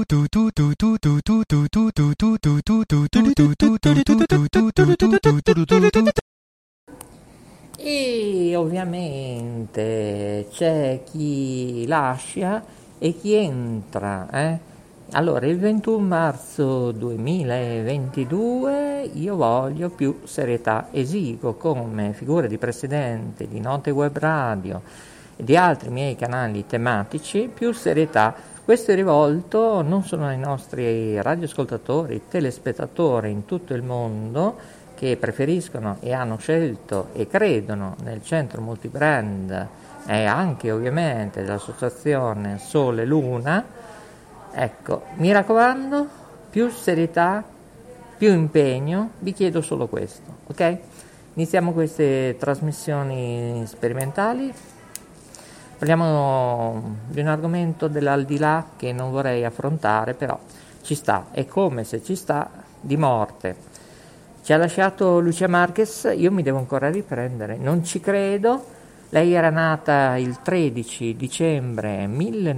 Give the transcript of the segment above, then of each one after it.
E ovviamente c'è chi lascia e chi entra, Allora, il 21 marzo 2022 io voglio più serietà. Esigo come figura di presidente di Note Web Radio e di altri miei canali tematici più serietà. Questo è rivolto non solo ai nostri radioascoltatori, telespettatori in tutto il mondo che preferiscono e hanno scelto e credono nel centro multibrand e anche ovviamente dell'associazione Sole Luna. Ecco, mi raccomando, più serietà, più impegno, vi chiedo solo questo, ok? Iniziamo queste trasmissioni sperimentali. Parliamo di un argomento dell'aldilà che non vorrei affrontare, però ci sta, è come se ci sta, di morte. Ci ha lasciato Lucia Marquez, io mi devo ancora riprendere, non ci credo. Lei era nata il 13 dicembre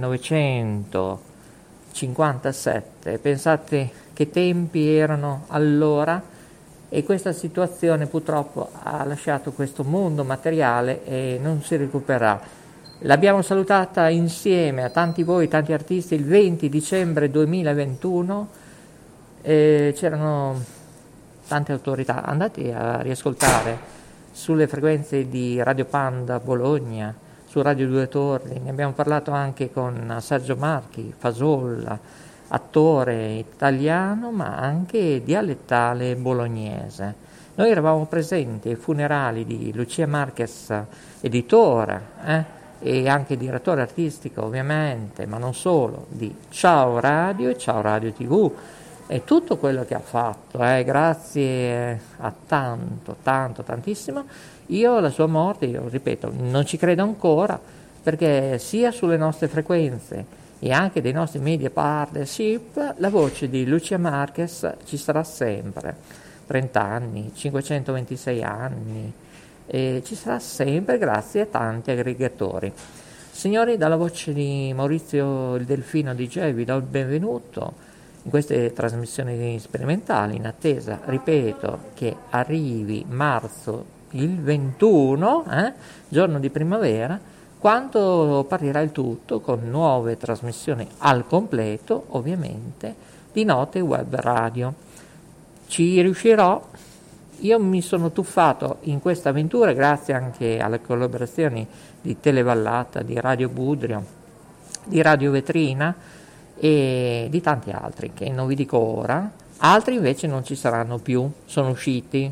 1957, pensate che tempi erano allora, e questa situazione purtroppo ha lasciato questo mondo materiale e non si recupererà. L'abbiamo salutata insieme a tanti voi, tanti artisti, il 20 dicembre 2021, c'erano tante autorità. Andate a riascoltare sulle frequenze di Radio Panda Bologna, su Radio Due Torri, ne abbiamo parlato anche con Sergio Marchi, Fasolla, attore italiano ma anche dialettale bolognese. Noi eravamo presenti ai funerali di Lucia Marquez, editore, e anche direttore artistico ovviamente, ma non solo, di Ciao Radio e Ciao Radio TV, e tutto quello che ha fatto, grazie a tantissimo. Io alla sua morte, io ripeto, non ci credo ancora, perché sia sulle nostre frequenze e anche dei nostri media partnership la voce di Lucia Marquez ci sarà sempre. 30 anni, 526 anni, e ci sarà sempre grazie a tanti aggregatori. Signori, dalla voce di Maurizio il Delfino DJ vi do il benvenuto in queste trasmissioni sperimentali, in attesa, ripeto, che arrivi marzo il 21, giorno di primavera, quando partirà il tutto con nuove trasmissioni al completo, ovviamente, di Note Web Radio. Ci riuscirò? Io mi sono tuffato in questa avventura grazie anche alle collaborazioni di Televallata, di Radio Budrio, di Radio Vetrina e di tanti altri che non vi dico ora. Altri invece non ci saranno più, sono usciti.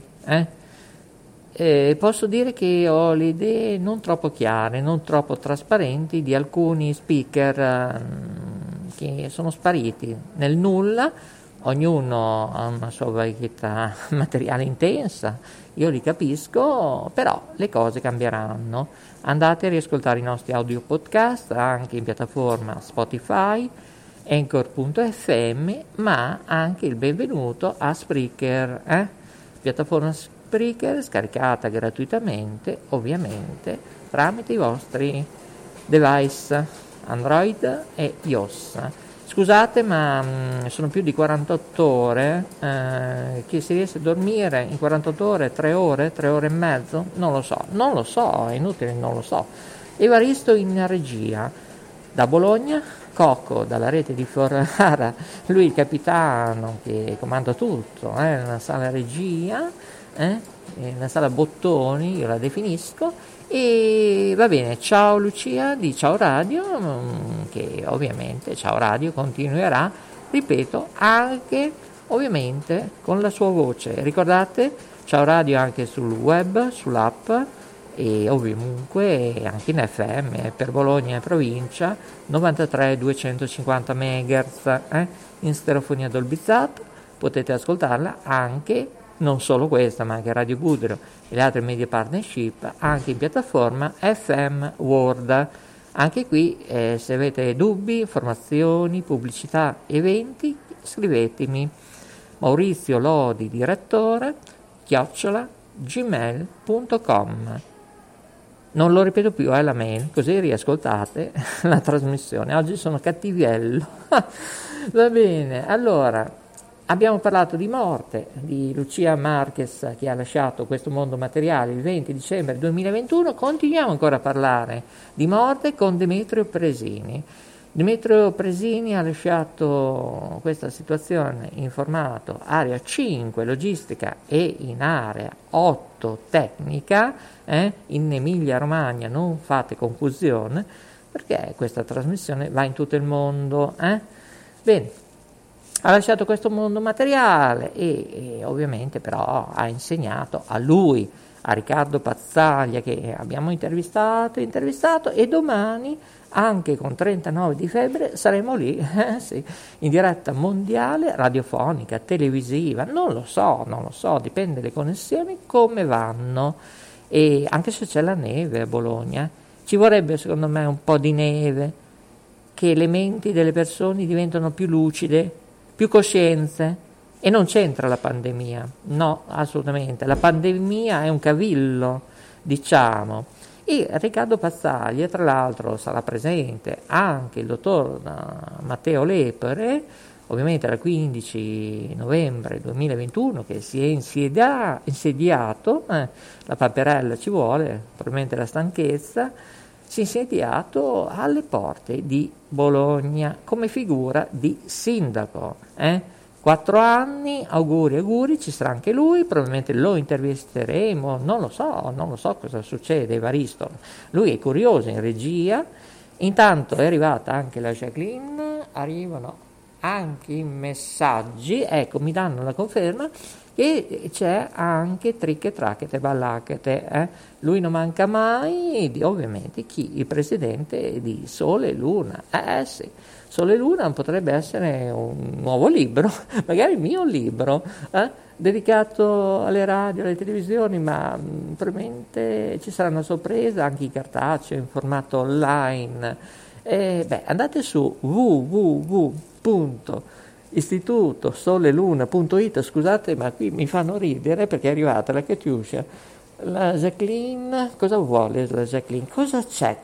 Posso dire che ho le idee non troppo chiare, non troppo trasparenti di alcuni speaker che sono spariti nel nulla. Ognuno ha una sua varietà materiale intensa, io li capisco, però le cose cambieranno. Andate a riascoltare i nostri audio podcast anche in piattaforma Spotify, Anchor.fm, ma anche il benvenuto a Spreaker, piattaforma Spreaker scaricata gratuitamente, ovviamente, tramite i vostri device Android e iOS. Scusate, ma sono più di 48 ore, che si riesce a dormire in 48 ore, 3 ore e mezzo? Non lo so, è inutile, non lo so. Evaristo in regia, da Bologna, Cocco dalla rete di Ferrara, lui il capitano che comanda tutto, nella sala regia, nella sala bottoni, io la definisco. E va bene, ciao Lucia di Ciao Radio, che ovviamente Ciao Radio continuerà, ripeto, anche ovviamente con la sua voce. Ricordate, Ciao Radio anche sul web, sull'app e ovunque anche in FM per Bologna e provincia 93 250 MHz, in stereofonia Dolby Zap. Potete ascoltarla anche, non solo questa, ma anche Radio Budrio e le altre media partnership, anche in piattaforma FM World. Anche qui, se avete dubbi, informazioni, pubblicità, eventi, scrivetemi. Maurizio Lodi, direttore, @gmail.com. Non lo ripeto più, è la mail, così riascoltate la trasmissione. Oggi sono cattivello. Va bene, allora abbiamo parlato di morte, di Lucia Marquez che ha lasciato questo mondo materiale il 20 dicembre 2021, continuiamo ancora a parlare di morte con Demetrio Presini. Demetrio Presini ha lasciato questa situazione in formato area 5 logistica e in area 8 tecnica, in Emilia Romagna, non fate confusione, perché questa trasmissione va in tutto il mondo. Bene, ha lasciato questo mondo materiale e ovviamente però ha insegnato a lui, a Riccardo Pazzaglia che abbiamo intervistato e domani anche con 39 di febbre saremo lì, sì, in diretta mondiale, radiofonica, televisiva, non lo so, dipende dalle connessioni come vanno, e anche se c'è la neve a Bologna, ci vorrebbe secondo me un po' di neve, che le menti delle persone diventano più lucide, più coscienze, e non c'entra la pandemia, no, assolutamente, la pandemia è un cavillo, diciamo. E Riccardo Pazzaglia, tra l'altro, sarà presente anche il dottor Matteo Lepore, ovviamente dal 15 novembre 2021, che si è insediato, la paperella ci vuole, probabilmente la stanchezza, si è insediato alle porte di Bologna come figura di sindaco. 4 anni, auguri, ci sarà anche lui, probabilmente lo intervisteremo, non lo so cosa succede, Evaristo, lui è curioso in regia. Intanto è arrivata anche la Jacqueline, arrivano anche i messaggi, ecco, mi danno la conferma, e c'è anche Tricche, Tracchete, Ballacchete, lui non manca mai, ovviamente chi? Il presidente di Sole e Luna, sì. Sole e Luna potrebbe essere un nuovo libro, magari il mio libro, dedicato alle radio, alle televisioni, ma probabilmente ci sarà una sorpresa anche in cartaceo, in formato online. Andate su www.istitutosoleluna.it, scusate ma qui mi fanno ridere perché è arrivata la Catiuscia. La Jacqueline, cosa vuole la Jacqueline? Cosa c'è?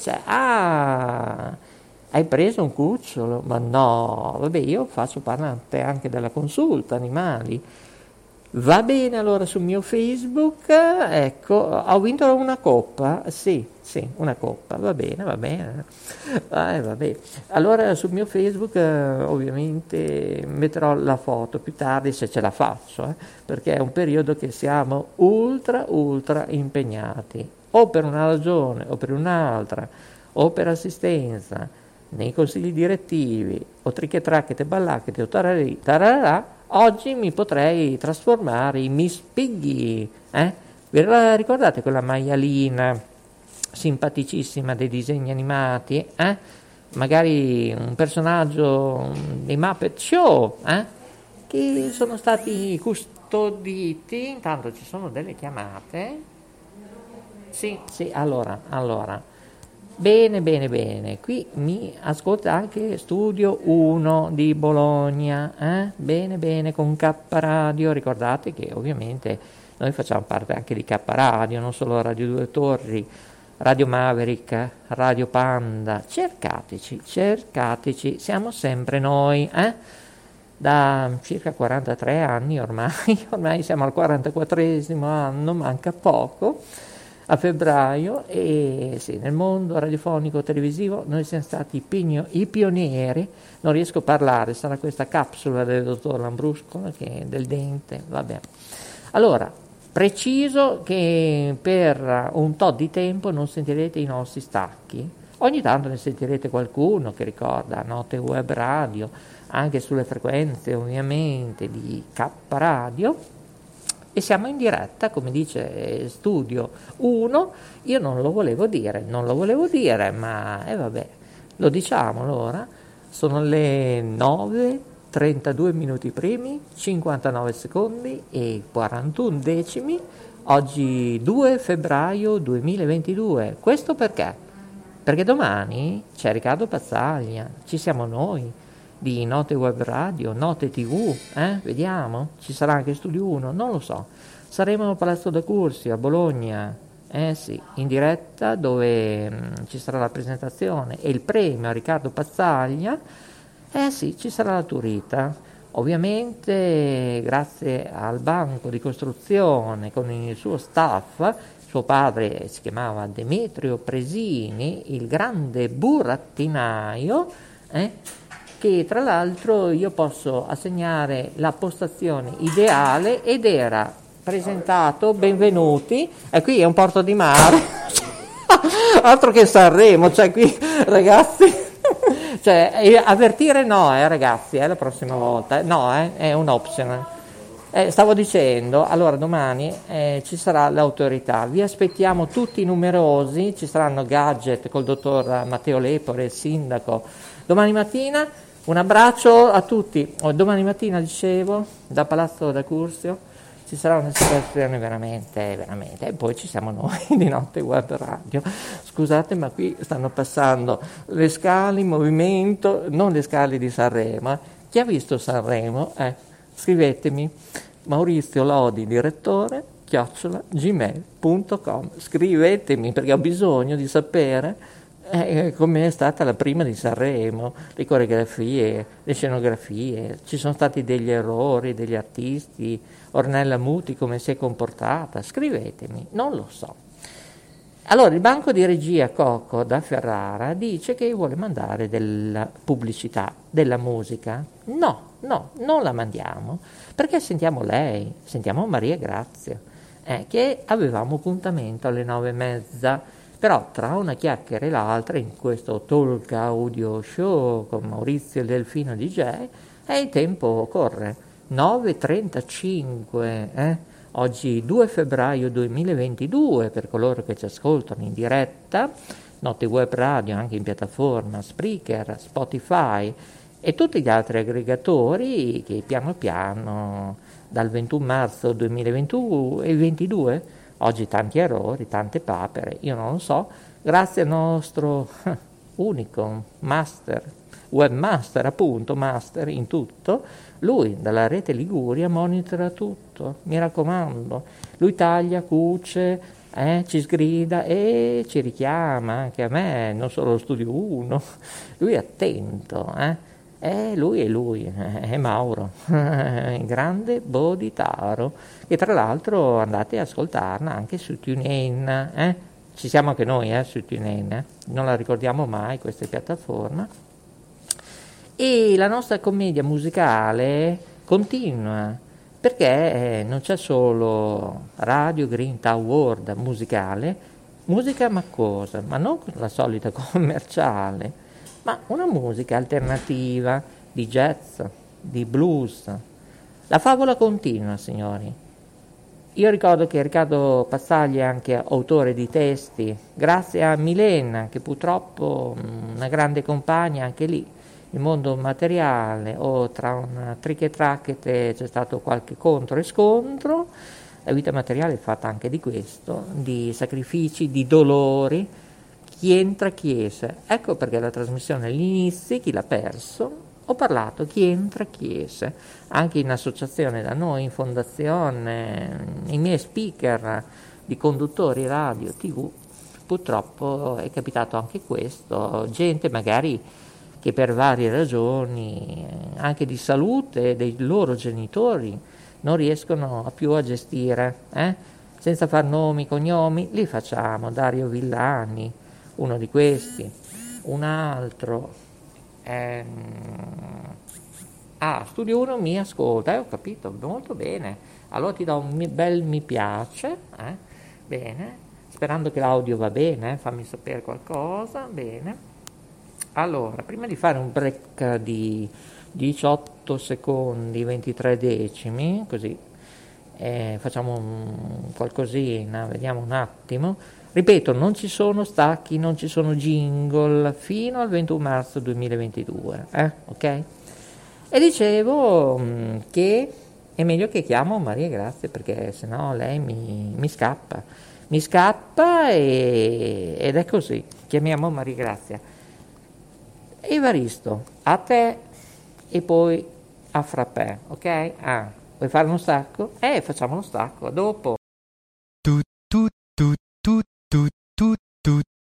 Hai preso un cucciolo? Ma no, vabbè, io faccio parte anche della consulta animali. Va bene, allora sul mio Facebook, ecco, ho vinto una coppa, sì, una coppa, va bene, vabbè. Allora sul mio Facebook ovviamente metterò la foto più tardi se ce la faccio, perché è un periodo che siamo ultra impegnati, o per una ragione o per un'altra, o per assistenza, nei consigli direttivi, o tricche tracchete, ballacchete, o tararì, tararà. Oggi mi potrei trasformare in Miss Piggy, Vi ricordate quella maialina simpaticissima dei disegni animati, Magari un personaggio dei Muppet Show, che sono stati custoditi. Intanto ci sono delle chiamate. Sì, allora. Bene, qui mi ascolta anche Studio 1 di Bologna, Bene, con K Radio, ricordate che ovviamente noi facciamo parte anche di K Radio, non solo Radio Due Torri, Radio Maverick, Radio Panda, cercateci, siamo sempre noi, Da circa 43 anni ormai siamo al 44esimo anno, manca poco, a febbraio, e sì, nel mondo radiofonico televisivo noi siamo stati i pionieri. Non riesco a parlare, sarà questa capsula del dottor Lambrusco che è del dente, vabbè. Allora, preciso che per un tot di tempo non sentirete i nostri stacchi, ogni tanto ne sentirete qualcuno che ricorda Note Web Radio, anche sulle frequenze ovviamente di K Radio. E siamo in diretta, come dice Studio 1, io non lo volevo dire, ma vabbè, lo diciamo allora, sono le 9:32 minuti primi, 59 secondi e 41 decimi, oggi 2 febbraio 2022, questo perché? Perché domani c'è Riccardo Pazzaglia, ci siamo noi, di Note Web Radio, Note TV, vediamo, ci sarà anche Studio 1, non lo so, saremo al Palazzo da Cursi a Bologna, sì, in diretta, dove ci sarà la presentazione e il premio a Riccardo Pazzaglia, Eh sì, ci sarà la Turita. Ovviamente, grazie al banco di costruzione con il suo staff, suo padre si chiamava Demetrio Presini, il grande burattinaio, eh, che tra l'altro io posso assegnare la postazione ideale ed era presentato, benvenuti, e qui è un porto di mare, altro che Sanremo, cioè qui ragazzi. Cioè, avvertire no, ragazzi, la prossima volta. No, è un optional. Stavo dicendo, allora domani ci sarà l'autorità, vi aspettiamo tutti numerosi, ci saranno gadget col dottor Matteo Lepore, il sindaco. Domani mattina un abbraccio a tutti. Domani mattina, dicevo, da Palazzo da Curzio ci sarà un'esposizione veramente, veramente. E poi ci siamo noi di Notte Web Radio. Scusate, ma qui stanno passando le scale in movimento, non le scale di Sanremo. Chi ha visto Sanremo? Scrivetemi. Maurizio Lodi, direttore, @gmail.com. Scrivetemi perché ho bisogno di sapere come è stata la prima di Sanremo, le coreografie, le scenografie, ci sono stati degli errori degli artisti, Ornella Muti come si è comportata, scrivetemi, non lo so. Allora il banco di regia Cocco da Ferrara dice che vuole mandare della pubblicità, della musica. No, non la mandiamo, perché sentiamo lei, sentiamo Maria Grazia, che avevamo appuntamento alle 9:30. Però tra una chiacchiera e l'altra, in questo talk audio show con Maurizio il Delfino DJ, il tempo corre. 9:35, oggi 2 febbraio 2022, per coloro che ci ascoltano in diretta, Notte Web Radio anche in piattaforma Spreaker, Spotify e tutti gli altri aggregatori che piano piano dal 21 marzo 2022, oggi tanti errori, tante papere, io non lo so, grazie al nostro unico master, webmaster appunto, master in tutto, lui dalla rete Liguria monitora tutto, mi raccomando, lui taglia, cuce, ci sgrida e ci richiama anche a me, non solo lo Studio 1, lui è attento, lui è Mauro, il grande Boditaro, che tra l'altro andate ad ascoltarla anche su TuneIn, ci siamo anche noi su TuneIn, non la ricordiamo mai queste piattaforme. E la nostra commedia musicale continua, perché non c'è solo Radio Green Award musicale, musica ma cosa? Ma non la solita commerciale, ma una musica alternativa, di jazz, di blues. La favola continua, signori. Io ricordo che Riccardo Pazzagli è anche autore di testi, grazie a Milena, che purtroppo una grande compagna anche lì, il mondo materiale, o tra una trichetrachete c'è stato qualche contro e scontro, la vita materiale è fatta anche di questo, di sacrifici, di dolori, chi entra chiese. Ecco perché la trasmissione all'inizio, chi l'ha perso, ho parlato chi entra chiese, anche in associazione da noi, in fondazione, i miei speaker di conduttori radio, tv, purtroppo è capitato anche questo, gente magari che per varie ragioni, anche di salute dei loro genitori, non riescono più a gestire, senza far nomi, cognomi, li facciamo, Dario Villani, uno di questi, un altro, Studio 1 mi ascolta, ho capito, molto bene, allora ti do un bel mi piace, bene, sperando che l'audio va bene, fammi sapere qualcosa, bene. Allora, prima di fare un break di 18 secondi, 23 decimi, così facciamo qualcosina, vediamo un attimo. Ripeto, non ci sono stacchi, non ci sono jingle fino al 21 marzo 2022, ok? E dicevo che è meglio che chiamo Maria Grazia perché sennò lei mi scappa. Mi scappa ed è così. Chiamiamo Maria Grazia. Evaristo, a te e poi a frappè, ok? Vuoi fare uno stacco? Facciamo uno stacco, a dopo.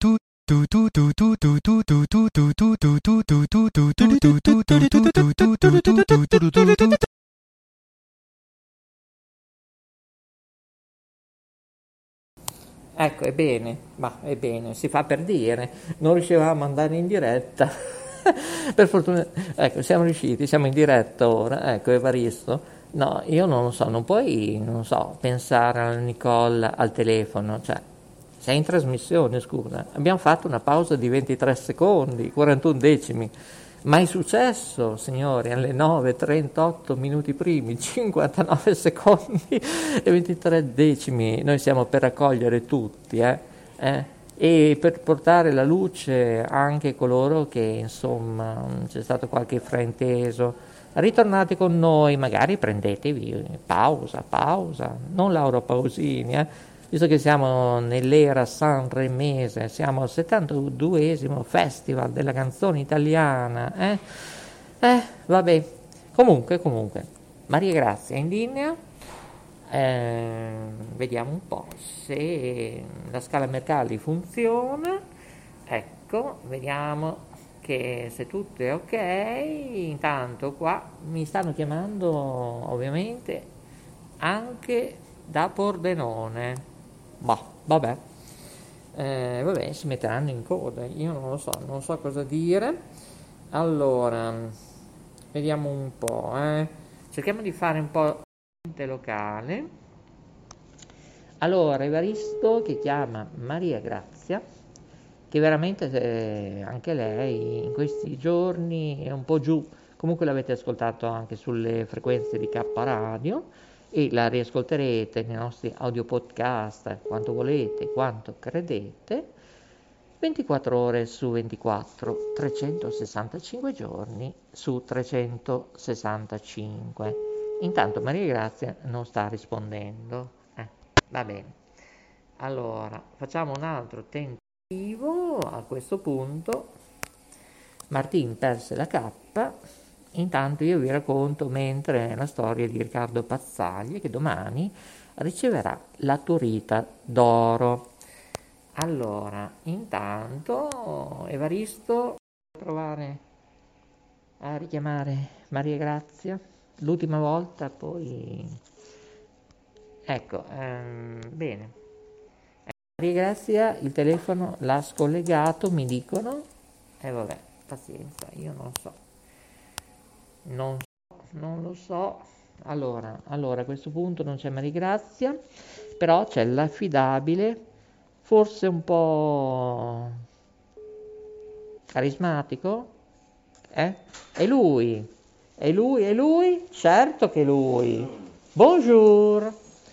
Ecco, è bene, si fa per dire, non riuscivamo ad andare in diretta. Per fortuna, ecco, siamo riusciti, siamo in diretta ora, ecco, Evaristo. No, io non lo so, non puoi, non so, pensare alla Nicole al telefono, cioè, sei in trasmissione, scusa. Abbiamo fatto una pausa di 23 secondi, 41 decimi. Mai successo, signori, alle 9:38 minuti primi, 59 secondi e 23 decimi. Noi siamo per raccogliere tutti, e per portare la luce anche coloro che, insomma, c'è stato qualche frainteso. Ritornate con noi, magari prendetevi pausa, non Laura Pausini, visto che siamo nell'era sanremese, siamo al 72esimo Festival della canzone italiana, vabbè, comunque, Maria Grazia in linea, vediamo un po' se la scala Mercalli funziona, ecco, vediamo che se tutto è ok. Intanto qua mi stanno chiamando ovviamente anche da Pordenone. Vabbè. Vabbè, si metteranno in coda, io non so cosa dire. Allora, vediamo un po', cerchiamo di fare un po' locale. Allora, Evaristo che chiama Maria Grazia, che veramente anche lei in questi giorni è un po' giù. Comunque l'avete ascoltato anche sulle frequenze di K Radio e la riascolterete nei nostri audio podcast quanto volete, quanto credete, 24 ore su 24, 365 giorni su 365. Intanto Maria Grazia non sta rispondendo. Va bene. Allora, facciamo un altro tentativo. A questo punto Martin perse la K. Intanto io vi racconto mentre la storia di Riccardo Pazzagli, che domani riceverà la Turita d'oro. Allora, intanto Evaristo, provare a richiamare Maria Grazia l'ultima volta, poi ecco, bene. Maria Grazia il telefono l'ha scollegato, mi dicono, e vabbè, pazienza, io non lo so. Allora, a questo punto non c'è Maria Grazia, però c'è l'affidabile, forse un po' carismatico, È lui, certo che è lui. Buongiorno.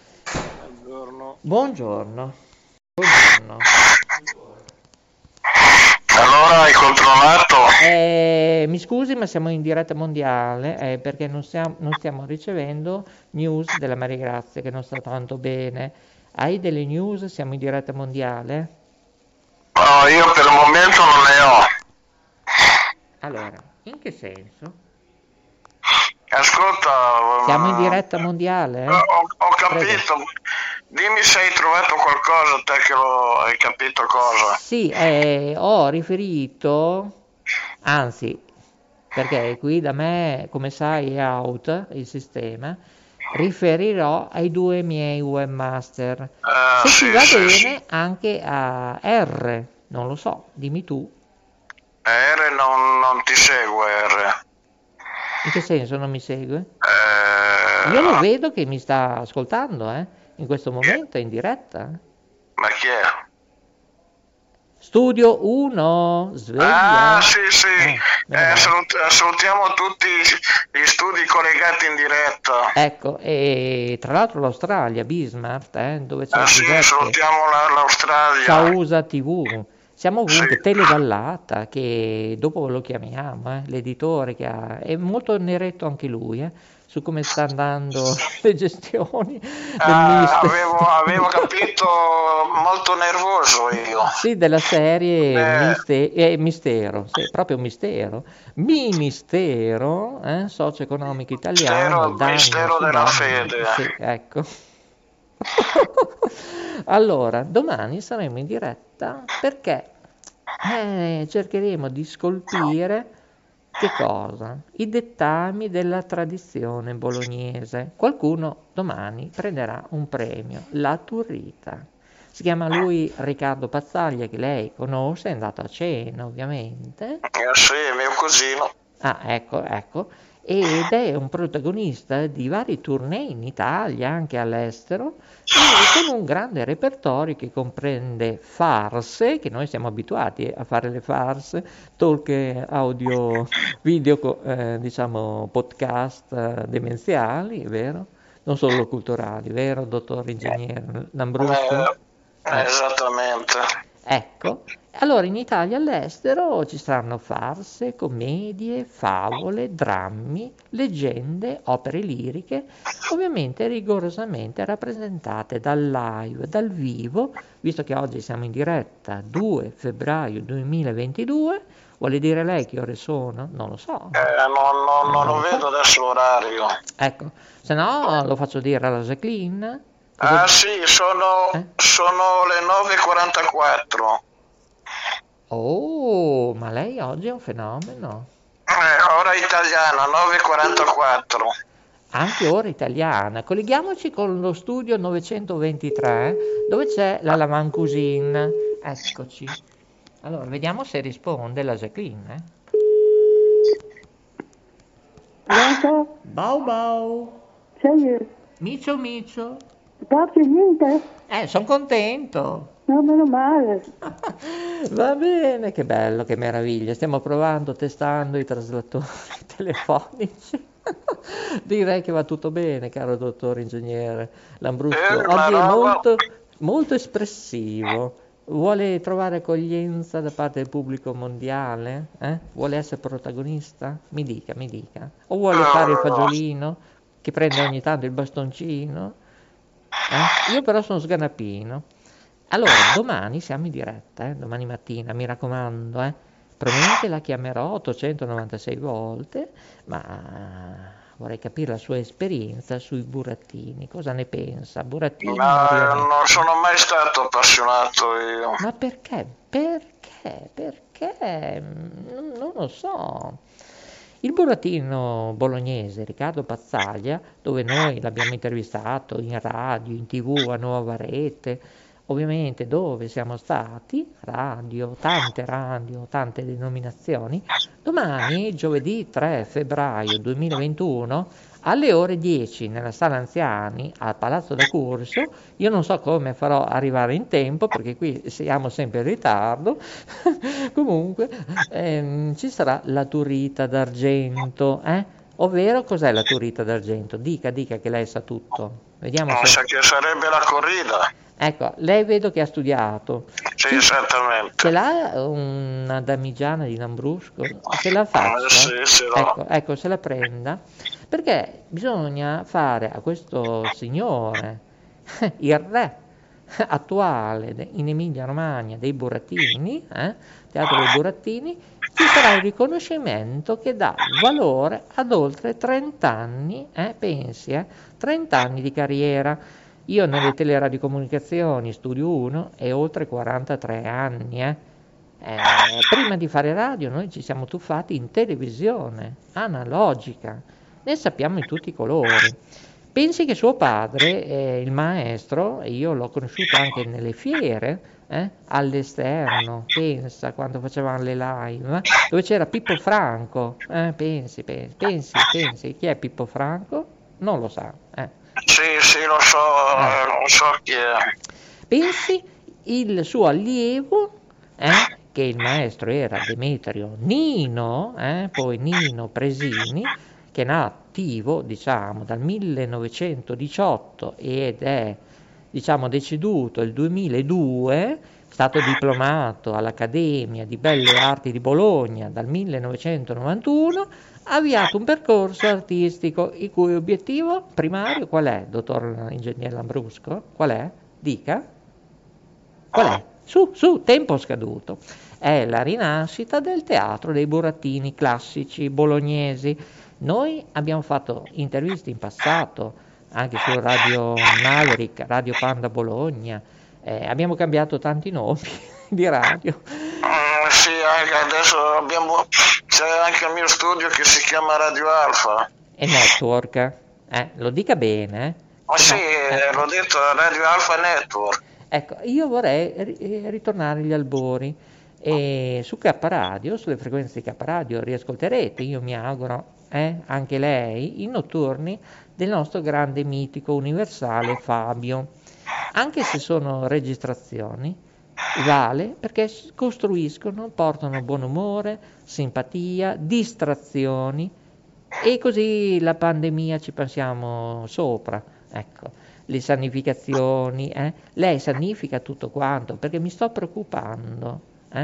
Buongiorno. Allora hai controllato? Mi scusi, ma siamo in diretta mondiale, perché non stiamo ricevendo news della Maria Grazia, che non sta tanto bene. Hai delle news? Siamo in diretta mondiale? No, io per il momento non ne ho. Allora, in che senso? Ascolta, Siamo in diretta mondiale? Ho capito. Prego. Dimmi se hai trovato qualcosa, te che hai capito cosa. Sì, ho riferito, anzi, perché qui da me, come sai, è out il sistema, riferirò ai due miei webmaster. Se Sì, ti va sì, bene, sì. anche a R, non lo so, dimmi tu. R non ti segue, R. In che senso non mi segue? Io lo vedo che mi sta ascoltando, in questo momento, è in diretta. Ma chi è? Studio 1, sveglia. Ah, sì, sì. Meno male. Salutiamo tutti gli studi collegati in diretta. Ecco, e tra l'altro l'Australia, Bismarck, dove c'è Sì, Giuseppe, salutiamo l'Australia. Sausa TV. Siamo ovunque, Sì. Televallata, che dopo lo chiamiamo, l'editore che è molto neretto anche lui, su come sta andando le gestioni del Ministero. Avevo capito, molto nervoso io. Sì, della serie Mistero, sì, proprio Mistero. Ministero, socio-economico italiano, Mistero della fede. Sì, ecco. Allora, domani saremo in diretta perché cercheremo di scolpire che cosa? I dettami della tradizione bolognese. Qualcuno domani prenderà un premio, la Turrita. Si chiama lui Riccardo Pazzaglia, che lei conosce, è andato a cena ovviamente. Sì, mio cugino. Ah, ecco. Ed è un protagonista di vari tournée in Italia, anche all'estero, e con un grande repertorio che comprende farse, che noi siamo abituati a fare le farse, talk audio, video, diciamo podcast demenziali, vero? Non solo culturali, vero, dottor ingegnere Lambrusco? Esattamente. Ecco, allora in Italia e all'estero ci saranno farse, commedie, favole, drammi, leggende, opere liriche, ovviamente rigorosamente rappresentate dal live, dal vivo, visto che oggi siamo in diretta 2 febbraio 2022. Vuole dire lei che ore sono? Non lo so. Non lo vedo adesso l'orario. Ecco, se no lo faccio dire alla Jacqueline. Sì, sono le 9:44. Oh, ma lei oggi è un fenomeno. Ora italiana, 9:44. Anche ora italiana. Colleghiamoci con lo studio 923, dove c'è la Lavand Cuisine. Eccoci. Allora, vediamo se risponde la Jacqueline. Pronto? Bau. Sei Micio. proprio niente? Sono contento. No, meno male. Va bene, che bello, che meraviglia. Stiamo provando, testando i traslatori telefonici. Direi che va tutto bene, caro dottor ingegnere Lambrusco. Oggi è molto espressivo. Vuole trovare accoglienza da parte del pubblico mondiale? Vuole essere protagonista? Mi dica. O vuole fare il fagiolino, che prende ogni tanto il bastoncino? Io però sono sganapino. Allora, domani siamo in diretta, domani mattina, mi raccomando, probabilmente la chiamerò 896 volte, ma vorrei capire la sua esperienza sui burattini. Cosa ne pensa? Burattini? Non sono mai stato appassionato io. Ma perché? Perché? Non lo so. Il burattino bolognese Riccardo Pazzaglia, dove noi l'abbiamo intervistato in radio, in TV, a Nuova Rete, ovviamente dove siamo stati, tante denominazioni, domani, giovedì 3 febbraio 2021, alle ore 10 nella sala anziani al Palazzo da Curzio. Io non so come farò arrivare in tempo perché qui siamo sempre in ritardo. Comunque ci sarà la Turrita d'argento, ovvero cos'è la Turrita d'argento? Dica che lei sa tutto. Vediamo se... sa che sarebbe la corrida. Ecco, lei vedo che ha studiato. Sì, esattamente. Ce l'ha una damigiana di Lambrusco? Se la faccia? Sì, ce l'ho. Ecco, se la prenda. Perché bisogna fare a questo signore, il re attuale in Emilia-Romagna dei burattini, Teatro dei Burattini, ci sarà un riconoscimento che dà valore ad oltre 30 anni, pensi, 30 anni di carriera. Io nelle teleradiocomunicazioni studio 1 e oltre 43 anni. Prima di fare radio noi ci siamo tuffati in televisione analogica, ne sappiamo in tutti i colori. Pensi che suo padre, il maestro, e io l'ho conosciuto anche nelle fiere, all'esterno, pensa, quando facevamo le live, dove c'era Pippo Franco, pensi, chi è Pippo Franco? Non lo sa, Sì, lo so, non so chi è. Pensi il suo allievo, che il maestro era Demetrio Nino, poi Nino Presini, che è attivo, diciamo, dal 1918 ed è, diciamo, deceduto il 2002, è stato diplomato all'Accademia di Belle Arti di Bologna dal 1991, ha avviato un percorso artistico il cui obiettivo primario qual è, dottor ingegnere Lambrusco? Qual è? Dica. Qual è? Su, tempo scaduto. È la rinascita del teatro dei burattini classici bolognesi. Noi abbiamo fatto interviste in passato, anche su Radio Maverick, Radio Panda Bologna, abbiamo cambiato tanti nomi di radio. Sì, anche adesso c'è anche il mio studio che si chiama Radio Alfa. E network, lo dica bene. Ma sì, No, l'ho detto, Radio Alfa Network. ecco, io vorrei ritornare agli albori e su K Radio, sulle frequenze di K Radio riascolterete, io mi auguro, anche lei, i notturni del nostro grande mitico universale Fabio. Anche se sono registrazioni, vale perché costruiscono, portano buon umore, simpatia, distrazioni e così la pandemia ci passiamo sopra. Ecco, le sanificazioni, lei sanifica tutto quanto perché mi sto preoccupando,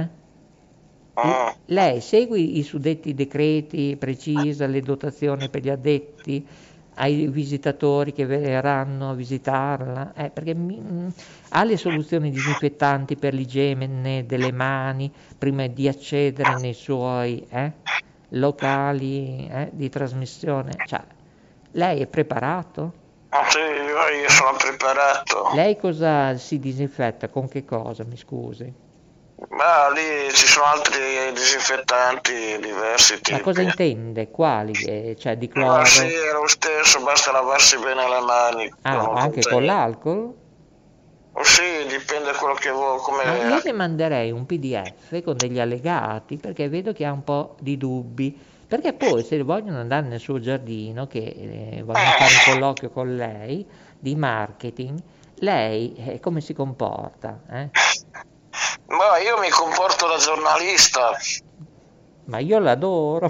Lei segui i suddetti decreti, precisa le dotazioni per gli addetti, ai visitatori che verranno a visitarla, perché ha le soluzioni disinfettanti per l'igiene delle mani prima di accedere nei suoi locali di trasmissione. Cioè, lei è preparato? Sì, io sono preparato. Lei cosa si disinfetta? Con che cosa, mi scusi? Ma lì ci sono altri disinfettanti diversi tipi. Ma cosa intende? Quali? Cioè di cloro? Ma sì, è lo stesso, basta lavarsi bene le mani. Anche con l'alcol? Sì, dipende da quello che vuoi. Ma io le manderei un PDF con degli allegati perché vedo che ha un po' di dubbi. Perché poi se vogliono andare nel suo giardino, che vogliono fare un colloquio con lei di marketing, lei come si comporta? Ma io mi comporto da giornalista. Ma io l'adoro.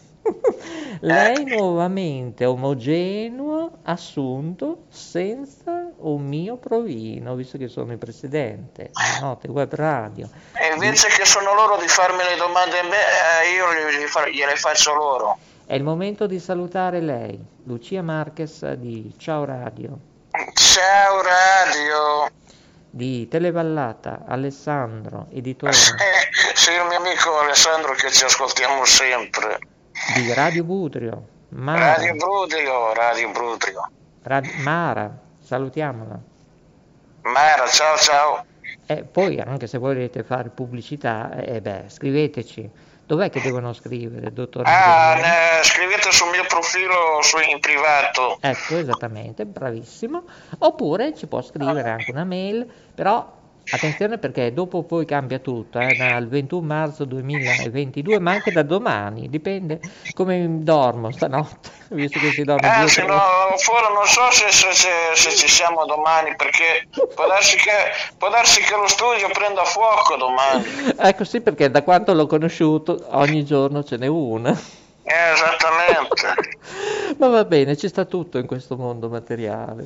Lei nuovamente omogeneo, assunto, senza un mio provino, visto che sono il presidente di Note Web Radio. E invece che sono loro di farmi le domande a me, io gliele faccio loro. È il momento di salutare lei, Lucia Marquez di Ciao Radio. Ciao Radio. Di Televallata, Alessandro, editore. Sì, il mio amico Alessandro che ci ascoltiamo sempre. Di Radio Budrio, Mara. Radio Brutrio. Mara, salutiamola. Mara, ciao. E poi anche se volete fare pubblicità, scriveteci. Dov'è che devono scrivere, dottor? Scrivete sul mio profilo in privato. Ecco, esattamente, bravissimo. Oppure ci può scrivere anche una mail, però attenzione perché dopo poi cambia tutto, dal 21 marzo 2022, ma anche da domani, dipende come dormo stanotte, visto che si dorme 2 se no, fuori non so se ci siamo domani, perché può darsi che lo studio prenda fuoco domani. Ecco sì, perché da quanto l'ho conosciuto ogni giorno ce n'è una. Esattamente. Ma va bene, ci sta tutto in questo mondo materiale.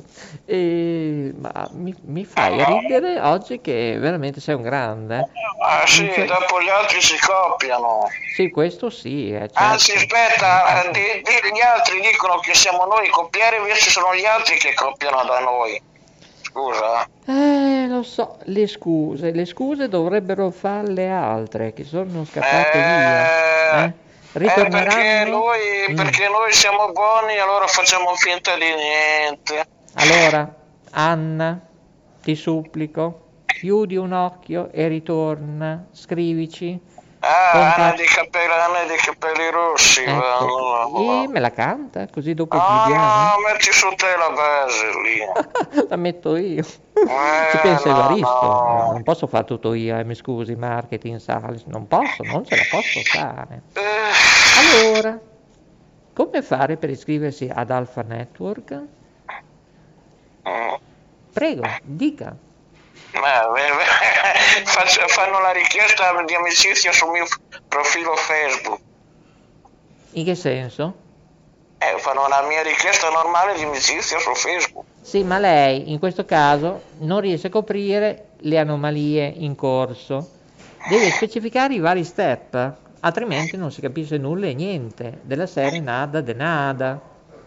Ma mi fai ridere oggi che veramente sei un grande. Sì, dopo gli altri si copiano. Sì, questo sì. Certo. Anzi, aspetta, gli altri dicono che siamo noi a copiare, invece sono gli altri che copiano da noi. Scusa. Lo so, le scuse dovrebbero farle altre che sono scappate via. Ritorneranno? Perché noi siamo buoni, allora facciamo finta di niente. Allora, Anna, ti supplico, chiudi un occhio e ritorna, scrivici. Anna dei capelli rossi. Ecco. E me la canta, così dopo No, metti su te la base lì. La metto io. Ci pensa Evaristo. No. Non posso fare tutto io, mi scusi, marketing, sales, non ce la posso fare. Allora, come fare per iscriversi ad Alpha Network? Prego, dica. Fanno la richiesta di amicizia sul mio profilo Facebook. In che senso? Fanno la mia richiesta normale di amicizia su Facebook. Sì, ma lei in questo caso non riesce a coprire le anomalie in corso. Deve specificare i vari step, altrimenti non si capisce nulla e niente. Della serie nada de nada.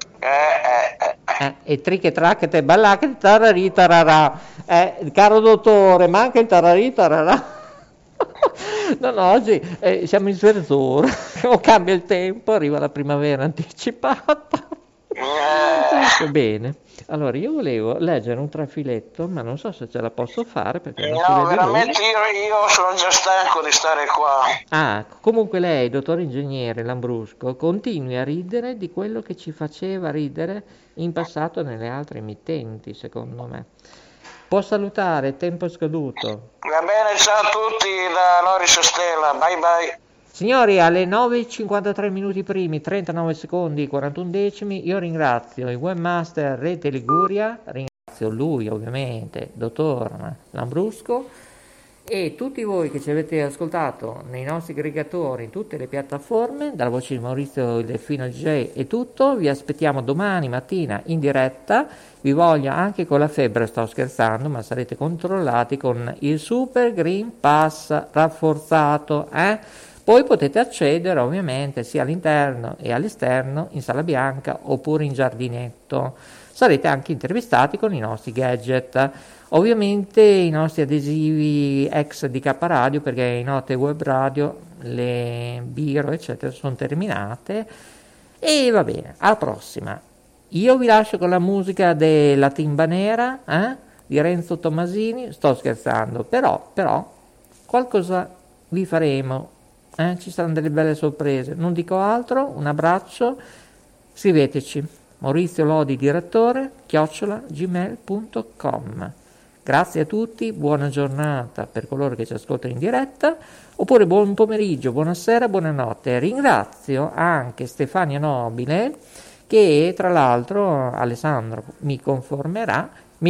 E triche tracche ballacche tararì tararà. Caro dottore, manca il tararì tararà. No, oggi siamo in sverzura. O cambia il tempo, arriva la primavera anticipata. Ecco, bene. Allora, io volevo leggere un trafiletto, ma non so se ce la posso fare perché non si No, vede nulla. veramente io sono già stanco di stare qua. Ah, comunque lei, dottor ingegnere Lambrusco, continui a ridere di quello che ci faceva ridere in passato nelle altre emittenti, secondo me. Può salutare, tempo scaduto. Va bene, ciao a tutti da Loris Stella, bye bye. Signori, alle 9:53 minuti primi, 39 secondi, 41 decimi, io ringrazio il webmaster Rete Liguria, ringrazio lui ovviamente, dottor Lambrusco, e tutti voi che ci avete ascoltato nei nostri aggregatori, in tutte le piattaforme, dalla voce di Maurizio il Delfino DJ è tutto, vi aspettiamo domani mattina in diretta, vi voglio anche con la febbre, sto scherzando, ma sarete controllati con il Super Green Pass rafforzato, Poi potete accedere ovviamente sia all'interno e all'esterno in sala bianca oppure in giardinetto. Sarete anche intervistati con i nostri gadget. Ovviamente i nostri adesivi ex di K Radio, perché i note web radio, le biro eccetera sono terminate. E va bene, alla prossima. Io vi lascio con la musica della Timba Nera di Renzo Tommasini. Sto scherzando, però qualcosa vi faremo. Ci saranno delle belle sorprese. Non dico altro, un abbraccio, scriveteci Maurizio Lodi direttore @gmail.com. Grazie a tutti, buona giornata per coloro che ci ascoltano in diretta, oppure buon pomeriggio, buonasera, buonanotte. Ringrazio anche Stefania Nobile che tra l'altro Alessandro mi confermerà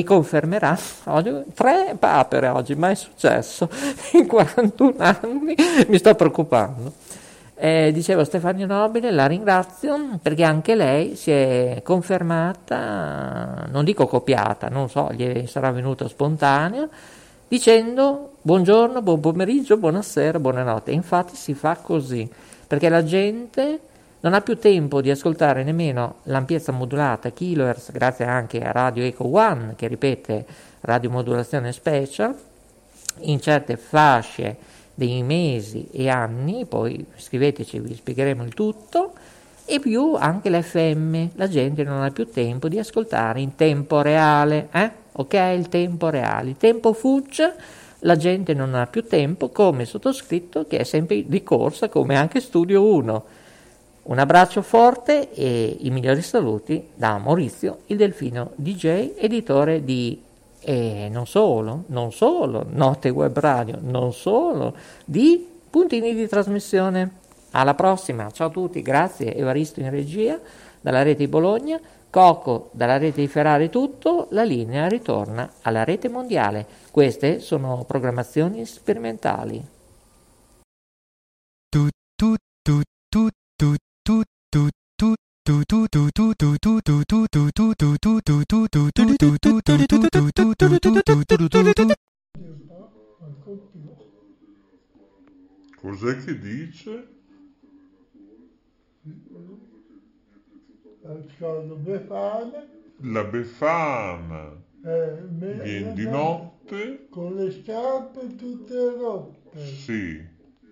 oggi 3 papere oggi, mai successo in 41 anni, mi sto preoccupando. Dicevo Stefania Nobile, la ringrazio perché anche lei si è confermata, non dico copiata, non so, gli sarà venuto spontaneo, dicendo buongiorno, buon pomeriggio, buonasera, buonanotte. E infatti si fa così, perché la gente non ha più tempo di ascoltare nemmeno l'ampiezza modulata kilohertz, grazie anche a Radio Eco One, che ripete radiomodulazione special, in certe fasce dei mesi e anni, poi scriveteci, vi spiegheremo il tutto, e più anche l'FM, la gente non ha più tempo di ascoltare in tempo reale, ok? Il tempo reale, il tempo fugge, la gente non ha più tempo, come sottoscritto che è sempre di corsa, come anche Studio 1. Un abbraccio forte e i migliori saluti da Maurizio il Delfino DJ, editore di non solo, Note Web Radio, non solo, di puntini di trasmissione. Alla prossima, ciao a tutti, grazie Evaristo in regia, dalla rete di Bologna, Coco dalla rete di Ferrari tutto, la linea ritorna alla rete mondiale. Queste sono programmazioni sperimentali. Cos'è che dice? La Befana viene di notte con le scarpe tutte rotte. Sì.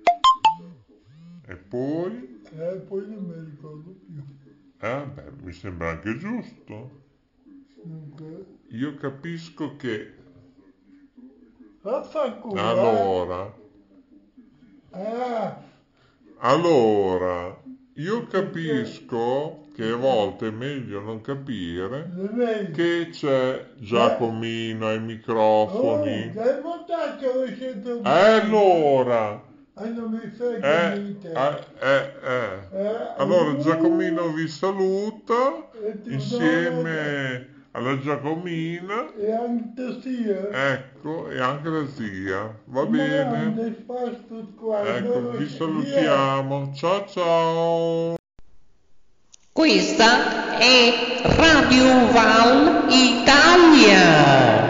E poi? Poi non mi ricordo più. Mi sembra anche giusto. Io capisco che allora io capisco che a volte è meglio non capire che c'è Giacomino ai microfoni. Allora non mi frega niente. Allora Giacomino vi saluta insieme alla Giacomina e anche la zia. Ecco, e anche la zia. Va bene. Ecco, vi salutiamo. Ciao ciao. Questa è Radio Val Italia.